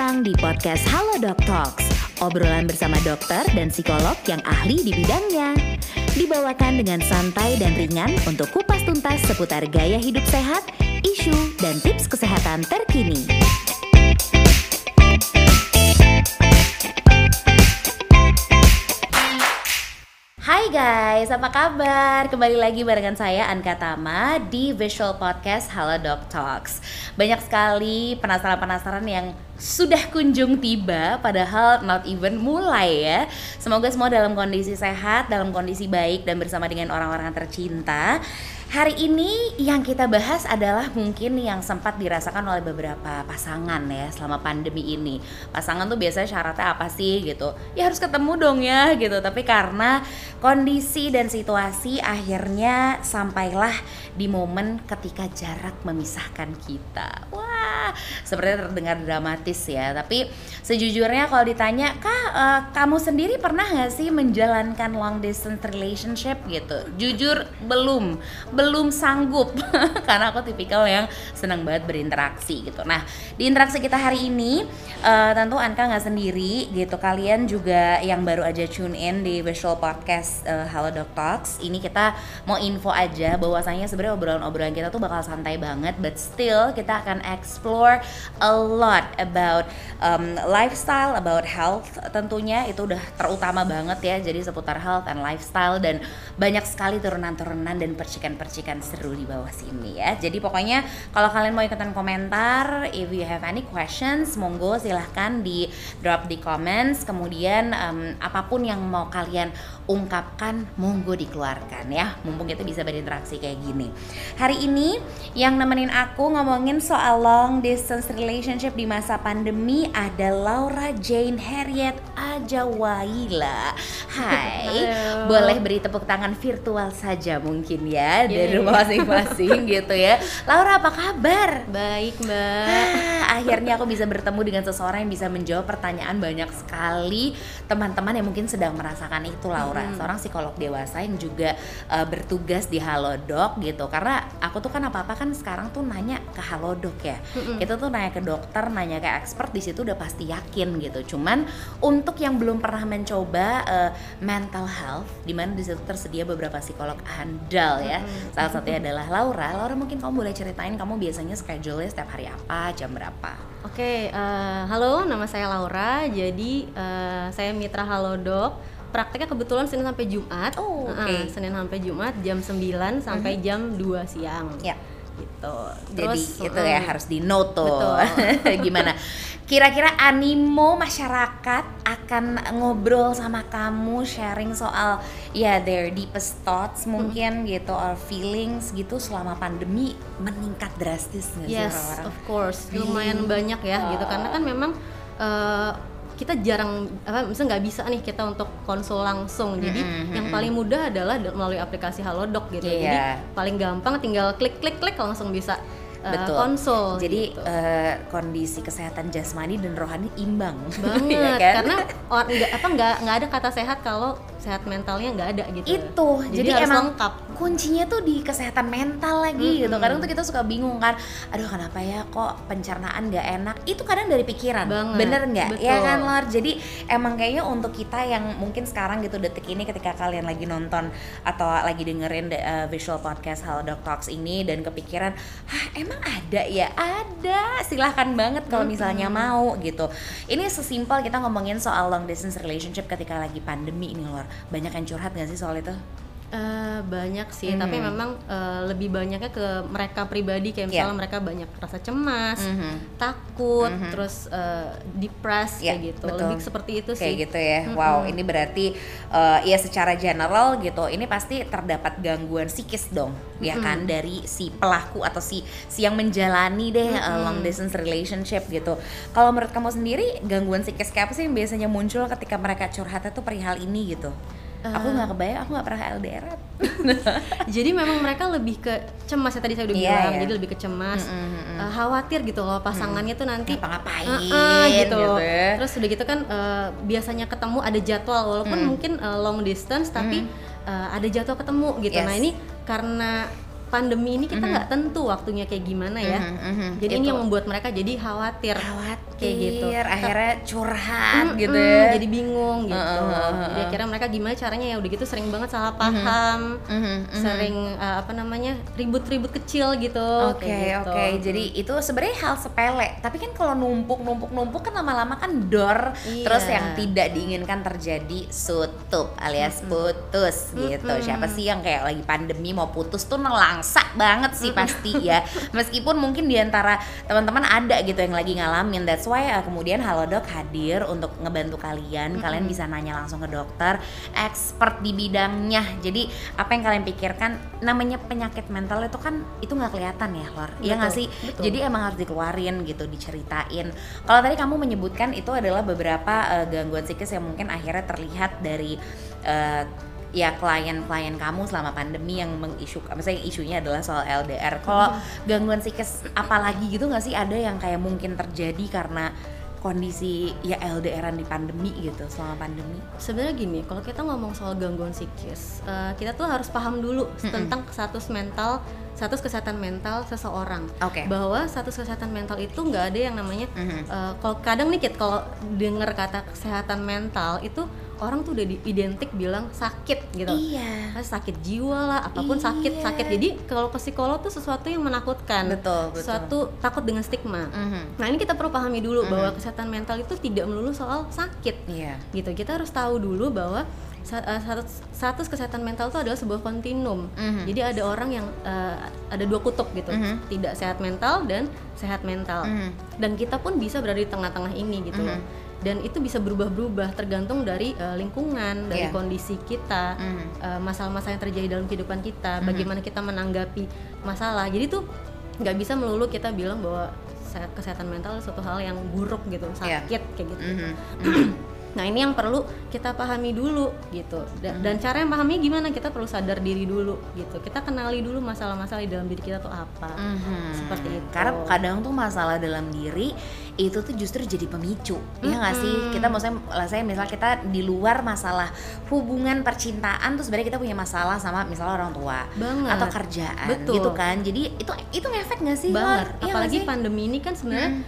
datang di podcast Halo Doc Talks, obrolan bersama dokter dan psikolog yang ahli di bidangnya. Dibawakan dengan santai dan ringan untuk kupas tuntas seputar gaya hidup sehat, isu, dan tips kesehatan terkini. Hai guys, apa kabar? Kembali lagi barengan saya Anka Tama di Visual Podcast Halo Doc Talks. Banyak sekali penasaran-penasaran yang sudah kunjung tiba, padahal not even mulai ya. Semoga semua dalam kondisi sehat, dalam kondisi baik, dan bersama dengan orang-orang tercinta. Hari ini yang kita bahas adalah mungkin yang sempat dirasakan oleh beberapa pasangan ya selama pandemi ini. Pasangan tuh biasanya syaratnya apa sih gitu? Ya harus ketemu dong ya gitu. Tapi karena kondisi dan situasi akhirnya sampailah di momen ketika jarak memisahkan kita. Wah, sepertinya terdengar dramatis ya. Tapi sejujurnya kalau ditanya, Kak, kamu sendiri pernah gak sih menjalankan long distance relationship gitu? Jujur belum sanggup karena aku tipikal yang senang banget berinteraksi gitu. Nah, di interaksi kita hari ini tentu Anka nggak sendiri gitu. Kalian juga yang baru aja tune in di Visual Podcast Halo Doc Talks. Ini kita mau info aja bahwasanya sebenarnya obrolan-obrolan kita tuh bakal santai banget, but still kita akan explore a lot about lifestyle, about health. Tentunya itu udah terutama banget ya. Jadi seputar health and lifestyle, dan banyak sekali turunan-turunan dan percikan-percikan seru di bawah sini ya. Jadi pokoknya kalau kalian mau ikutan komentar, if you have any questions, monggo silahkan di drop di comments. Kemudian apapun yang mau kalian ungkapkan, monggo dikeluarkan ya. Mumpung kita bisa berinteraksi kayak gini. Hari ini yang nemenin aku ngomongin soal long distance relationship di masa pandemi ada Laura Jane Harriet Ajawaila. Hai, boleh beri tepuk tangan virtual saja mungkin ya dari rumah masing-masing gitu ya. Laura, apa kabar? Baik, Mbak. Akhirnya aku bisa bertemu dengan seseorang yang bisa menjawab pertanyaan banyak sekali teman-teman yang mungkin sedang merasakan itu, Laura. Seorang psikolog dewasa yang juga bertugas di Halodoc gitu. Karena aku tuh kan apa-apa kan sekarang tuh nanya ke Halodoc ya. Kita tuh nanya ke dokter, nanya ke expert, di situ udah pasti yakin gitu. Cuman untuk yang belum pernah mencoba mental health, di mana di situ tersedia beberapa psikolog handal ya. Salah satunya adalah Laura. Laura, mungkin kamu boleh ceritain kamu biasanya schedule-nya setiap hari apa, jam berapa? Oke, halo, nama saya Laura. Jadi saya mitra Halodoc. Prakteknya kebetulan Senin sampai Jumat. Senin sampai Jumat jam 9 sampai jam 2 siang. Ya. Gitu. Terus jadi itu ya harus di note tuh. Betul. Gimana? Kira-kira animo masyarakat akan ngobrol sama kamu, sharing soal ya their deepest thoughts mungkin gitu, or feelings gitu selama pandemi meningkat drastis nggak sih orang-orang? Yes, of course. Lumayan banyak ya gitu, karena kan memang kita jarang misalnya nggak bisa nih kita untuk konsul langsung. Jadi yang paling mudah adalah melalui aplikasi Halodoc gitu. Jadi paling gampang tinggal klik langsung bisa konsul. Jadi gitu. Kondisi kesehatan jasmani dan rohani imbang banget ya kan? Karena nggak ada kata sehat kalau sehat mentalnya nggak ada gitu. Itu jadi harus emang lengkap. Kuncinya tuh di kesehatan mental lagi gitu. Kadang tuh kita suka bingung kan, aduh kenapa ya kok pencernaan nggak enak. Itu kadang dari pikiran banget. Bener nggak? Betul. Ya kan Lor. Jadi emang kayaknya untuk kita yang mungkin sekarang gitu detik ini ketika kalian lagi nonton atau lagi dengerin Visual Podcast Halo Doc Talks ini dan kepikiran, emang ada ya? Ada, silahkan banget kalau misalnya mau gitu. Ini sesimpel kita ngomongin soal long distance relationship ketika lagi pandemi ini, Lor. Banyak yang curhat gak sih soal itu? Banyak sih, tapi memang lebih banyaknya ke mereka pribadi, kayak misalnya mereka banyak rasa cemas, takut, terus depressed kayak gitu. Betul. Lebih seperti itu sih. Kayak gitu ya. Wow, ini berarti ya secara general gitu, ini pasti terdapat gangguan psikis dong, ya kan, dari si pelaku atau si yang menjalani deh long distance relationship gitu. Kalau menurut kamu sendiri, gangguan psikis kayak apa sih yang biasanya muncul ketika mereka curhatnya tuh perihal ini gitu? Aku nggak kebayang, aku nggak pernah LDR. Jadi memang mereka lebih ke cemas ya, tadi saya udah bilang. Jadi lebih ke cemas, khawatir gitu loh pasangannya tuh nanti ngapa-ngapain gitu loh. Terus udah gitu kan biasanya ketemu ada jadwal, walaupun mungkin long distance tapi ada jadwal ketemu gitu. Nah ini karena pandemi ini kita nggak tentu waktunya kayak gimana ya. Jadi ini yang membuat mereka jadi khawatir. kayak gitu. Akhirnya curhat gitu ya. Jadi bingung gitu. Jadi akhirnya mereka gimana caranya, ya udah gitu sering banget salah paham, sering ribut-ribut kecil gitu. Oke. Jadi itu sebenarnya hal sepele, tapi kan kalau numpuk kan lama-lama kan dor. Terus yang tidak diinginkan terjadi tutup alias putus gitu. Siapa sih yang kayak lagi pandemi mau putus tuh nelangsa banget sih pasti ya. Meskipun mungkin diantara teman-teman ada gitu yang lagi ngalamin. That's why kemudian Halodoc hadir untuk ngebantu kalian. Kalian bisa nanya langsung ke dokter expert di bidangnya. Jadi apa yang kalian pikirkan, namanya penyakit mental itu kan itu nggak kelihatan ya, Lor. Iya nggak sih? Betul. Jadi emang harus dikeluarin gitu, diceritain. Kalau tadi kamu menyebutkan itu adalah beberapa gangguan psikis yang mungkin akhirnya terlihat dari ya klien-klien kamu selama pandemi yang misalnya isunya adalah soal LDR. Kalau gangguan psikis apalagi gitu nggak sih, ada yang kayak mungkin terjadi karena kondisi ya LDRan di pandemi gitu, selama pandemi? Sebenarnya gini, kalau kita ngomong soal gangguan psikis, kita tuh harus paham dulu tentang status kesehatan mental seseorang. Bahwa status kesehatan mental itu nggak ada yang namanya kalau kadang nih kalau dengar kata kesehatan mental itu orang tuh udah identik bilang sakit gitu. Sakit jiwa lah, apapun sakit. Jadi kalau ke psikolog tuh sesuatu yang menakutkan. Betul. Sesuatu takut dengan stigma. Nah, ini kita perlu pahami dulu bahwa kesehatan mental itu tidak melulu soal sakit. Gitu. Kita harus tahu dulu bahwa status kesehatan mental itu adalah sebuah kontinum. Jadi ada orang yang ada dua kutub gitu, tidak sehat mental dan sehat mental. Dan kita pun bisa berada di tengah-tengah ini gitu loh. Dan itu bisa berubah-berubah tergantung dari lingkungan, dari kondisi kita, masalah-masalah yang terjadi dalam kehidupan kita, bagaimana kita menanggapi masalah. Jadi tuh nggak bisa melulu kita bilang bahwa kesehatan mental suatu hal yang buruk gitu, sakit kayak gitu. Nah, ini yang perlu kita pahami dulu gitu. Dan cara yang pahamnya gimana? Kita perlu sadar diri dulu gitu. Kita kenali dulu masalah-masalah di dalam diri kita tuh apa. Seperti itu. Karena kadang tuh masalah dalam diri itu tuh justru jadi pemicu. Iya nggak sih? Kita maksudnya misal kita di luar masalah hubungan percintaan tuh sebenarnya kita punya masalah sama misalnya orang tua atau kerjaan. Betul. Gitu kan. Jadi itu ngefek nggak sih? Banget. Iya apalagi pandemi ini kan sebenarnya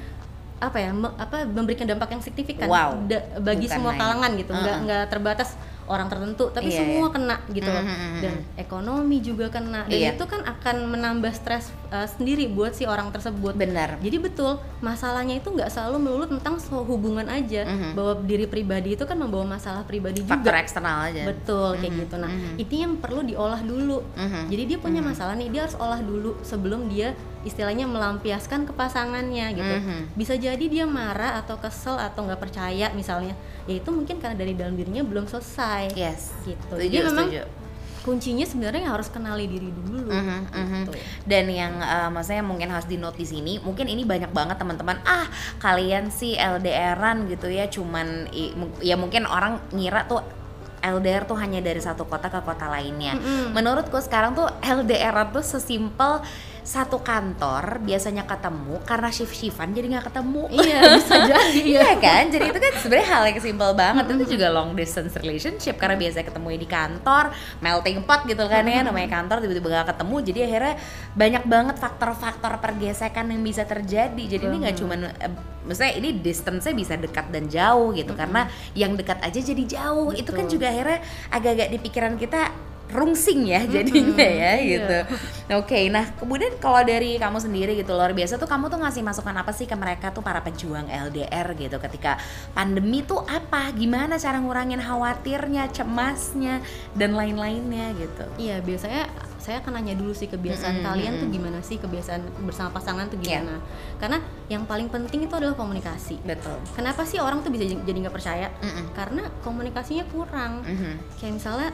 memberikan dampak yang signifikan bagi semua kalangan gitu, nggak terbatas orang tertentu, tapi semua kena gitu loh. Dan ekonomi juga kena, dan itu kan akan menambah stres sendiri buat si orang tersebut. Benar. Jadi betul, masalahnya itu nggak selalu melulu tentang hubungan aja, bahwa diri pribadi itu kan membawa masalah pribadi juga, faktor eksternal aja. Betul, kayak gitu. Nah, itu yang perlu diolah dulu. Jadi dia punya masalah nih, dia harus olah dulu sebelum dia istilahnya melampiaskan ke pasangannya gitu. Bisa jadi dia marah atau kesel atau nggak percaya misalnya, ya itu mungkin karena dari dalam dirinya belum selesai. Gitu. Jadi memang kuncinya sebenarnya harus kenali diri dulu. Gitu. Dan yang maksudnya mungkin harus di note di sini, mungkin ini banyak banget teman-teman, kalian sih LDRan gitu ya, cuman ya mungkin orang ngira tuh LDR tuh hanya dari satu kota ke kota lainnya. Menurutku sekarang tuh LDR tuh sesimpel satu kantor biasanya ketemu karena shift-shiftan jadi nggak ketemu. Iya, bisa jadi. Iya kan, jadi itu kan sebenarnya hal yang simpel banget. Itu juga long distance relationship karena biasanya ketemu di kantor, melting pot gitu kan ya, namanya kantor, tiba-tiba nggak ketemu. Jadi akhirnya banyak banget faktor-faktor pergesekan yang bisa terjadi. Jadi ini nggak cuman maksudnya ini distance-nya bisa dekat dan jauh gitu, karena yang dekat aja jadi jauh. Itu kan juga akhirnya agak-agak di pikiran kita rungsing ya jadinya ya gitu. Oke, nah kemudian kalau dari kamu sendiri gitu, luar biasa tuh kamu tuh ngasih masukan apa sih ke mereka tuh para pejuang LDR gitu ketika pandemi tuh apa? Gimana cara ngurangin khawatirnya, cemasnya dan lain-lainnya gitu? Iya, biasanya saya akan nanya dulu sih kebiasaan kalian tuh gimana sih, kebiasaan bersama pasangan tuh gimana. Karena yang paling penting itu adalah komunikasi. Betul. Kenapa sih orang tuh bisa jadi nggak percaya? Karena komunikasinya kurang. Kayak misalnya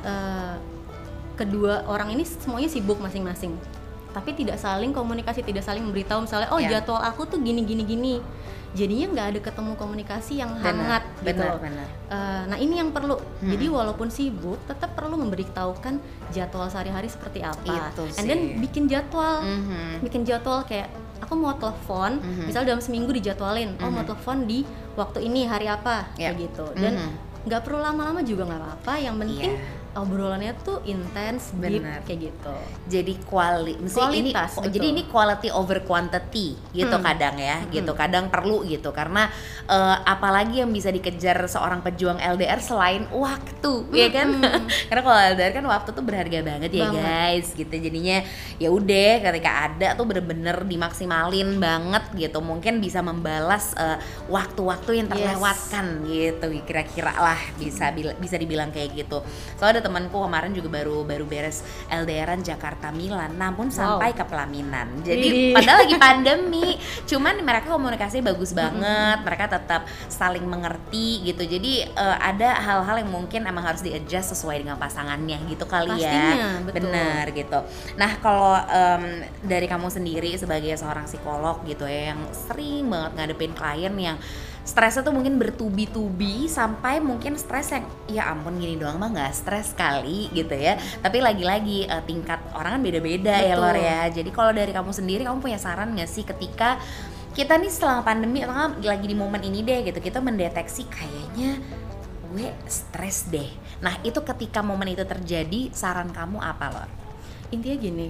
kedua orang ini semuanya sibuk masing-masing, tapi tidak saling komunikasi, tidak saling memberitahu misalnya jadwal aku tuh gini, jadinya nggak ada ketemu komunikasi yang hangat gitu. Nah ini yang perlu. Jadi walaupun sibuk tetap perlu memberitahukan jadwal sehari-hari seperti apa. And then bikin jadwal kayak aku mau telepon, misalnya dalam seminggu dijadwalin, mau telepon di waktu ini hari apa kayak gitu. Dan nggak perlu lama-lama juga nggak apa-apa, yang penting obrolannya tuh intens, deep, Benar. kayak gitu. Jadi Kualitas, betul. jadi ini quality over quantity gitu kadang ya, gitu kadang perlu gitu karena apalagi yang bisa dikejar seorang pejuang LDR selain waktu, ya kan? Karena kalau LDR kan waktu tuh berharga banget ya guys, gitu. Jadinya ya udah ketika ada tuh bener-bener dimaksimalin banget gitu, mungkin bisa membalas waktu-waktu yang terlewatkan gitu, kira-kira lah bisa dibilang kayak gitu. Soalnya ada temanku kemarin juga baru beres LDRan Jakarta Milan, namun sampai ke pelaminan. Jadi padahal lagi pandemi, cuman mereka komunikasinya bagus banget, mereka tetap saling mengerti gitu. Jadi ada hal-hal yang mungkin emang harus di-adjust sesuai dengan pasangannya gitu kali. Pastinya, ya. betul. Bener gitu. Nah kalau dari kamu sendiri sebagai seorang psikolog gitu ya, yang sering banget ngadepin klien yang stresnya tuh mungkin bertubi-tubi sampai mungkin stres yang ya ampun gini doang mah nggak stres kali gitu ya, tapi lagi-lagi tingkat orang kan beda-beda ya Lor ya. Jadi kalau dari kamu sendiri, kamu punya saran nggak sih ketika kita nih setelah pandemi atau lagi di momen ini deh gitu, kita mendeteksi kayaknya gue stres deh. Nah itu ketika momen itu terjadi, saran kamu apa Lor? Intinya gini,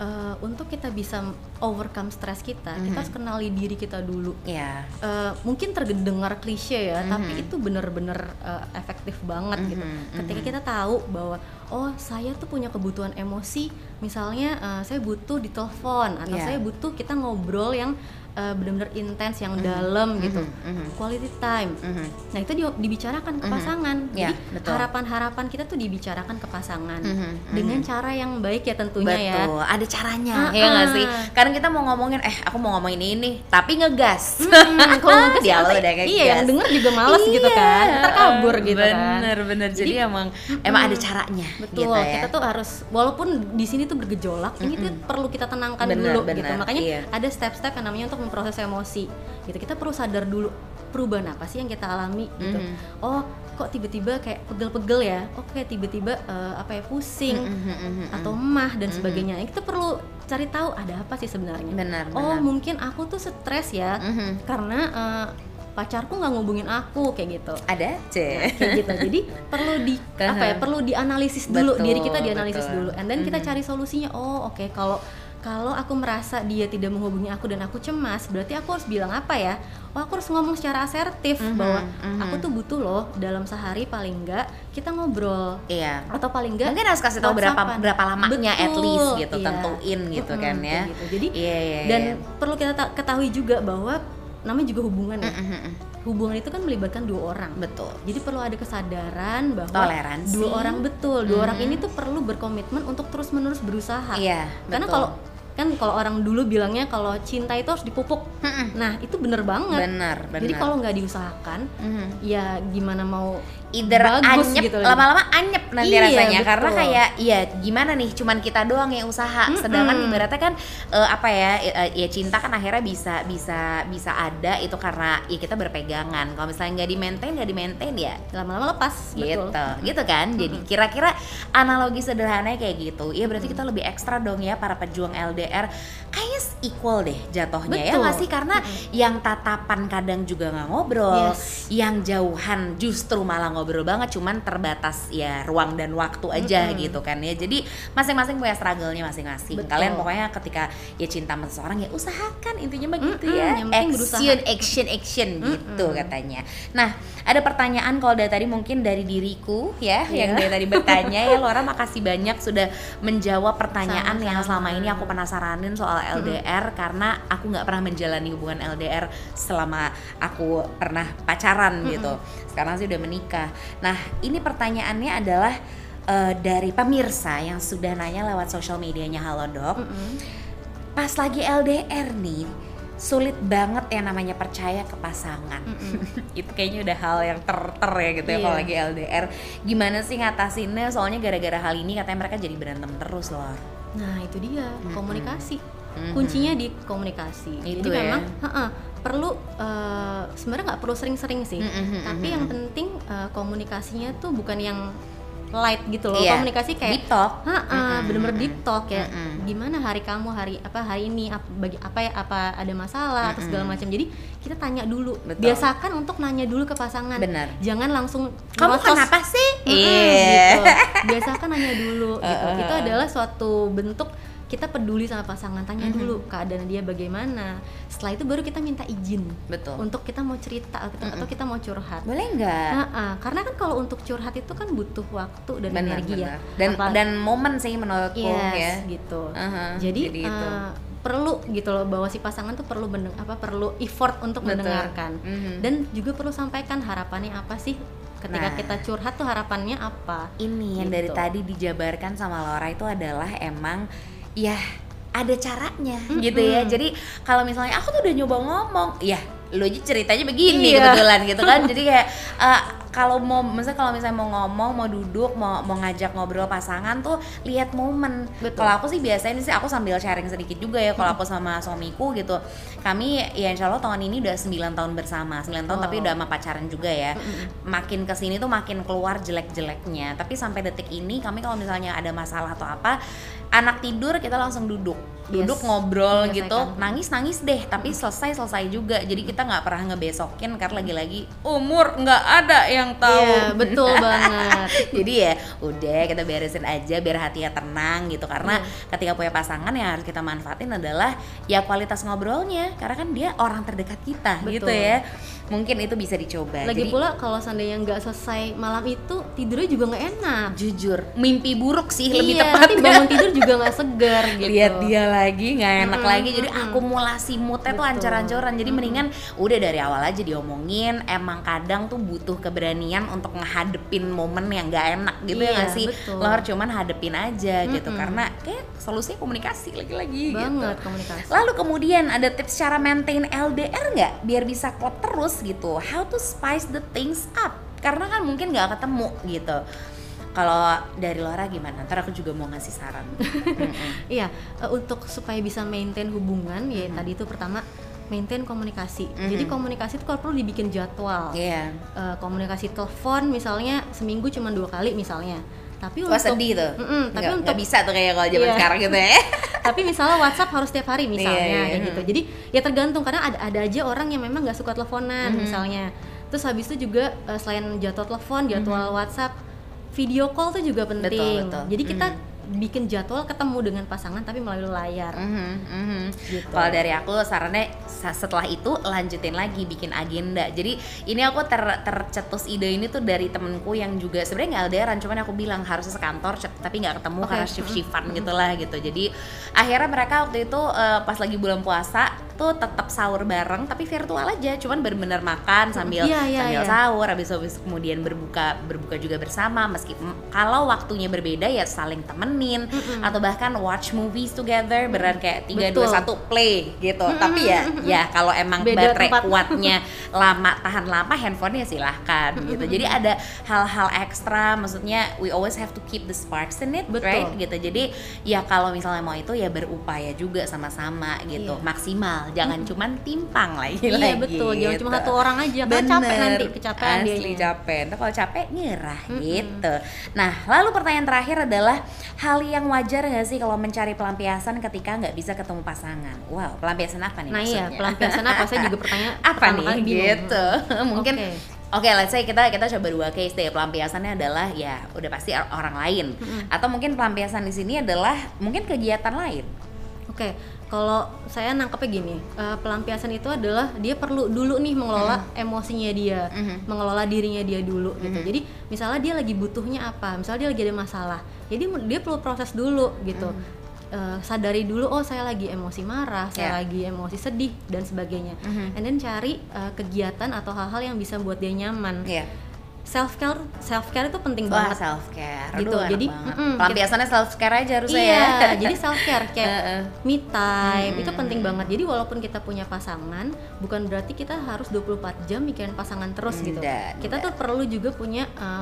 untuk kita bisa overcome stres kita, kita harus kenali diri kita dulu. Mungkin terdengar klise ya, tapi itu bener-bener efektif banget gitu. Ketika kita tahu bahwa oh saya tuh punya kebutuhan emosi, misalnya saya butuh ditelepon atau saya butuh kita ngobrol yang benar-benar intens, yang dalam gitu, quality time. Nah itu dibicarakan ke pasangan. Jadi harapan-harapan kita tuh dibicarakan ke pasangan dengan cara yang baik ya tentunya. Betul, ada caranya ya nggak sih? Karena kita mau ngomongin, aku mau ngomongin ini, tapi ngegas. Kalau ngegas dia udah kayak yang denger juga males gitu kan, terkabur gitu kan. Bener. Jadi emang ada caranya. Betul, gitu ya. kita tuh harus, walaupun di sini tuh bergejolak, ini tuh perlu kita tenangkan dulu gitu. Makanya ada step-step yang namanya untuk memproses emosi gitu. Kita perlu sadar dulu perubahan apa sih yang kita alami gitu. Oh kok tiba-tiba kayak pegel-pegel ya, oke tiba-tiba pusing atau emah dan sebagainya. Kita perlu cari tahu ada apa sih sebenarnya. Benar. Mungkin aku tuh stres ya karena pacarku nggak ngubungin aku kayak gitu. Ada kayak gitu. Jadi perlu perlu dianalisis dulu, diri kita dianalisis dulu, and then kita cari solusinya. Oke, kalau aku merasa dia tidak menghubungi aku dan aku cemas, berarti aku harus bilang apa ya? Aku harus ngomong secara asertif bahwa aku tuh butuh loh dalam sehari paling enggak kita ngobrol. Atau paling enggak mungkin harus kasih tahu berapa lamanya at least gitu, tentuin gitu kan ya. Gitu. Jadi dan perlu kita ketahui juga bahwa namanya juga hubungan ya. Hubungan itu kan melibatkan dua orang. Betul. Jadi perlu ada kesadaran bahwa toleransi. Dua orang ini tuh perlu berkomitmen untuk terus-menerus berusaha. Karena kalau orang dulu bilangnya kalau cinta itu harus dipupuk. Nah, itu bener banget. Benar. Jadi kalau nggak diusahakan, ya gimana mau either bagus anyep gitu, lama-lama anyep nanti rasanya. Betul. Karena kayak gimana nih, cuman kita doang yang usaha. Sedangkan ibaratnya kan ya cinta kan akhirnya bisa ada itu karena ya kita berpegangan. Kalau misalnya nggak di-maintain ya lama-lama lepas. Gitu kan. Jadi kira-kira analogi sederhananya kayak gitu. Ya berarti kita lebih ekstra dong ya para pejuang LDR. Kayaknya equal deh jatuhnya. Ya nggak sih? Karena yang tatapan kadang juga nggak ngobrol, yang jauhan justru malah ngobrol banget, cuman terbatas ya ruang dan waktu aja gitu kan ya. Jadi masing-masing punya struggle-nya masing-masing. Kalian pokoknya ketika ya cinta sama seseorang ya usahakan, intinya begitu ya. Action gitu katanya. Nah, ada pertanyaan kalau dari tadi mungkin dari diriku ya, yang dari tadi bertanya ya. Laura makasih banyak sudah menjawab pertanyaan yang selama ini aku penasaranin soal LDR, karena aku nggak pernah menjalani hubungan LDR selama aku pernah pacaran gitu. Sekarang sih udah menikah. Nah, ini pertanyaannya adalah dari pemirsa yang sudah nanya lewat sosial medianya Halodoc. Pas lagi LDR nih, sulit banget yang namanya percaya ke pasangan. Itu kayaknya udah hal yang ya gitu ya kalau lagi LDR. Gimana sih ngatasinnya? Soalnya gara-gara hal ini katanya mereka jadi berantem terus loh. Nah itu dia, komunikasi. Kuncinya di komunikasi. Itu jadi ya? memang perlu sebenarnya nggak perlu sering-sering sih, tapi yang penting komunikasinya tuh bukan yang light gitu loh. Komunikasi kayak deep talk. Bener-bener deep talk ya. Gimana hari kamu hari ini apa ada masalah atau segala macam. Jadi kita tanya dulu. Biasakan untuk nanya dulu ke pasangan. Bener. Jangan langsung kamu kenapa sih? Gitu. Biasakan nanya dulu gitu. Itu adalah suatu bentuk kita peduli sama pasangan, tanya dulu keadaan dia bagaimana. Setelah itu baru kita minta izin. Betul. Untuk kita mau cerita atau kita mau curhat. Boleh nggak? Karena kan kalau untuk curhat itu kan butuh waktu dan energi ya. Dan momen sih menurutku ya. Gitu. Jadi itu. Perlu gitu loh, bahwa si pasangan tuh perlu perlu effort untuk mendengarkan. Dan juga perlu sampaikan harapannya apa sih. Ketika kita curhat tuh harapannya apa. Ini yang dari tadi dijabarkan sama Laura itu adalah emang ya ada caranya gitu ya. Jadi kalau misalnya aku tuh udah nyoba ngomong, ya lu aja ceritanya begini kebetulan gitu kan. Jadi kayak kalau misalnya mau ngomong, mau duduk, mau ngajak ngobrol pasangan tuh lihat momen. Kalau aku sih biasanya sih aku sambil sharing sedikit juga ya. Kalau aku sama suamiku gitu, kami ya insya Allah tahun ini udah 9 tahun bersama, 9 tahun tapi udah sama pacaran juga ya. Makin kesini tuh makin keluar jelek-jeleknya. Tapi sampai detik ini kami kalau misalnya ada masalah atau apa, anak tidur kita langsung duduk ngobrol gitu, nangis deh, tapi selesai juga. Jadi kita nggak pernah ngebesokin karena lagi-lagi umur nggak ada yang tahu. Iya, betul banget. Jadi ya udah kita beresin aja biar hatinya tenang gitu. Karena ketika punya pasangan yang harus kita manfaatin adalah ya kualitas ngobrolnya, karena kan dia orang terdekat kita. Betul. Gitu ya. Mungkin itu bisa dicoba. Lagi pula kalau seandainya nggak selesai malam itu, tidurnya juga nggak enak. Jujur, mimpi buruk sih lebih tepatnya. Nanti bangun tidur juga nggak segar gitu. Lihat dia lagi nggak enak lagi. Jadi akumulasi moodnya tuh ancur-ancuran. Jadi mendingan udah dari awal aja diomongin. Emang kadang tuh butuh keberanian untuk ngehadepin momen yang nggak enak gitu ya nggak sih? Lo harus cuman hadepin aja gitu. Karena kayak solusinya komunikasi lagi-lagi banget gitu. Komunikasi. Lalu kemudian ada tips cara maintain LDR nggak biar bisa klop terus gitu? How to spice the things up? Karena kan mungkin nggak ketemu gitu. Kalau dari Laura gimana? Ntar aku juga mau ngasih saran. Iya, untuk supaya bisa maintain hubungan ya tadi itu pertama maintain komunikasi. Jadi komunikasi itu kalau perlu dibikin jadwal. Komunikasi telepon misalnya seminggu cuma 2 kali misalnya. Tapi untuk sedih tuh. Tapi untuk nggak bisa tuh kayak kalau zaman sekarang gitu ya. Tapi misalnya WhatsApp harus setiap hari misalnya kayak gitu. Jadi ya tergantung, karena ada aja orang yang memang nggak suka teleponan misalnya. Terus habis itu juga selain jadwal telepon, jadwal WhatsApp, video call tuh juga penting. Betul. Jadi kita bikin jadwal ketemu dengan pasangan tapi melalui layar. Gitu. Kalau dari aku sarannya setelah itu lanjutin lagi bikin agenda. Jadi ini aku tercetus ide ini tuh dari temenku yang juga sebenarnya nggak LDRan, cuman aku bilang harusnya sekantor tapi nggak ketemu karena shift-shiftan gitulah gitu. Jadi akhirnya mereka waktu itu pas lagi bulan puasa tuh tetap sahur bareng tapi virtual aja, cuman bener-bener makan sambil sahur, habis kemudian berbuka juga bersama, meski kalau waktunya berbeda ya saling temenin atau bahkan watch movies together, beneran kayak 3, 2, 1 play gitu. Tapi ya kalau emang beda baterai kuatnya tahan lama handphonenya silahkan gitu. Jadi ada hal-hal ekstra, maksudnya we always have to keep the sparks in it, right gitu. Jadi ya kalau misalnya mau itu ya berupaya juga sama-sama gitu, maksimal. Jangan cuman timpang lagi. Iya betul, jangan cuma satu orang aja. Kan capek nanti, kecapean dia. Asli capek. Ntar kalau capek nyerah gitu. Nah, lalu pertanyaan terakhir adalah hal yang wajar nggak sih kalau mencari pelampiasan ketika nggak bisa ketemu pasangan? Wow, pelampiasan apa nih maksudnya? Nah iya, pelampiasan apa? Saya juga pertanyaan apa nih gitu. Mungkin Oke, let's say kita coba 2 case deh. Pelampiasannya adalah ya udah pasti orang lain. Atau mungkin pelampiasan di sini adalah mungkin kegiatan lain. Oke, kalau saya nangkepnya gini, pelampiasan itu adalah dia perlu dulu nih mengelola emosinya dia, mengelola dirinya dia dulu gitu. Jadi misalnya dia lagi butuhnya apa, misalnya dia lagi ada masalah, jadi dia perlu proses dulu gitu. Sadari dulu, oh saya lagi emosi marah, saya lagi emosi sedih dan sebagainya. And then cari kegiatan atau hal-hal yang bisa buat dia nyaman. Self care itu penting banget. Self care gitu. Jadi pelampiasannya self care aja harusnya ya. Jadi self care kayak me time itu penting banget. Jadi walaupun kita punya pasangan, bukan berarti kita harus 24 jam mikirin pasangan terus gitu. Kita tuh perlu juga punya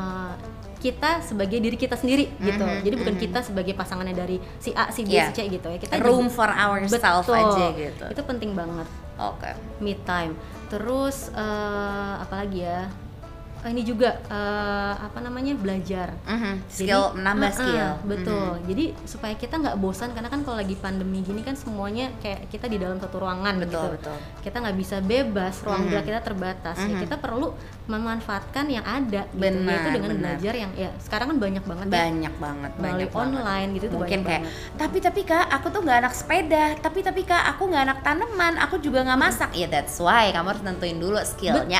kita sebagai diri kita sendiri gitu. Jadi bukan kita sebagai pasangannya dari si A, si B, si C gitu ya. Kita room for ourselves aja gitu. Itu penting banget. Oke. Me time. Terus apalagi ya? ini juga apa namanya, belajar. Skill, menambah skill. Betul. Jadi supaya kita nggak bosan, karena kan kalau lagi pandemi gini kan semuanya kayak kita di dalam satu ruangan Betul. Kita nggak bisa bebas, ruang gerak kita terbatas. Ya kita perlu memanfaatkan yang ada gitu. Yaitu dengan belajar yang ya sekarang kan banyak banget melalui online gitu tuh. Mungkin kayak tapi Kak, aku tuh nggak anak sepeda, tapi Kak, aku nggak anak tanaman, aku juga nggak masak. Ya that's why kamu harus nentuin dulu skillnya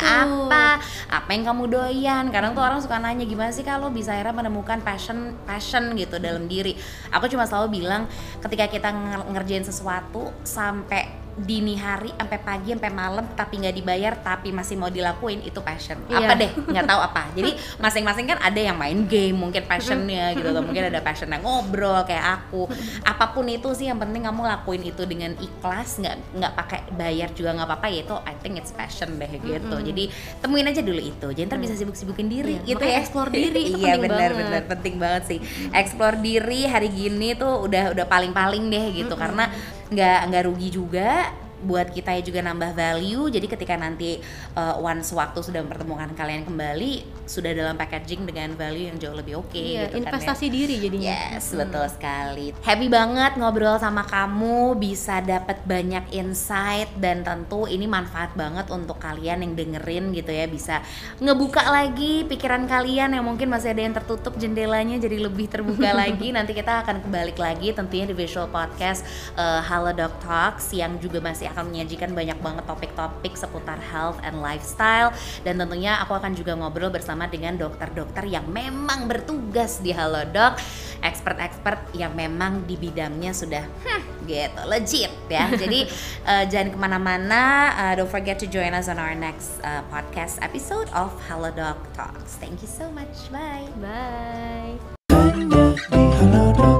apa yang kamu doyan. Kadang tuh orang suka nanya, gimana sih kalau bisa akhirnya menemukan passion gitu dalam diri. Aku cuma selalu bilang, ketika kita ngerjain sesuatu sampai dini hari, sampai pagi, sampai malam, tapi nggak dibayar, tapi masih mau dilakuin, itu passion. Apa deh, nggak tahu apa. Jadi masing-masing kan ada yang main game, mungkin passionnya gitu, atau mungkin ada passion yang ngobrol kayak aku. Apapun itu sih, yang penting kamu lakuin itu dengan ikhlas, nggak pakai bayar juga nggak apa-apa, ya itu I think it's passion deh gitu. Jadi temuin aja dulu itu, jadi ntar bisa sibuk-sibukin diri gitu ya. Explore diri itu iya penting benar, penting banget sih. Explore diri hari gini tuh udah paling-paling deh gitu, karena nggak rugi juga buat kita ya, juga nambah value. Jadi ketika nanti once waktu sudah mempertemukan kalian kembali, sudah dalam packaging dengan value yang jauh lebih oke gitu investasi kan ya. diri jadinya. Yes, betul sekali. Happy banget ngobrol sama kamu, bisa dapat banyak insight, dan tentu ini manfaat banget untuk kalian yang dengerin gitu ya, bisa ngebuka lagi pikiran kalian yang mungkin masih ada yang tertutup jendelanya, jadi lebih terbuka lagi. Nanti kita akan kembali lagi tentunya di Visual Podcast Halodoc Talks, yang juga masih akan menyajikan banyak banget topik-topik seputar health and lifestyle, dan tentunya aku akan juga ngobrol bersama dengan dokter-dokter yang memang bertugas di Halodoc, expert-expert yang memang di bidangnya sudah gitu legit ya. Jadi jangan kemana-mana, don't forget to join us on our next podcast episode of Halodoc Talks. Thank you so much, bye. Bye. Hanya di Halodoc.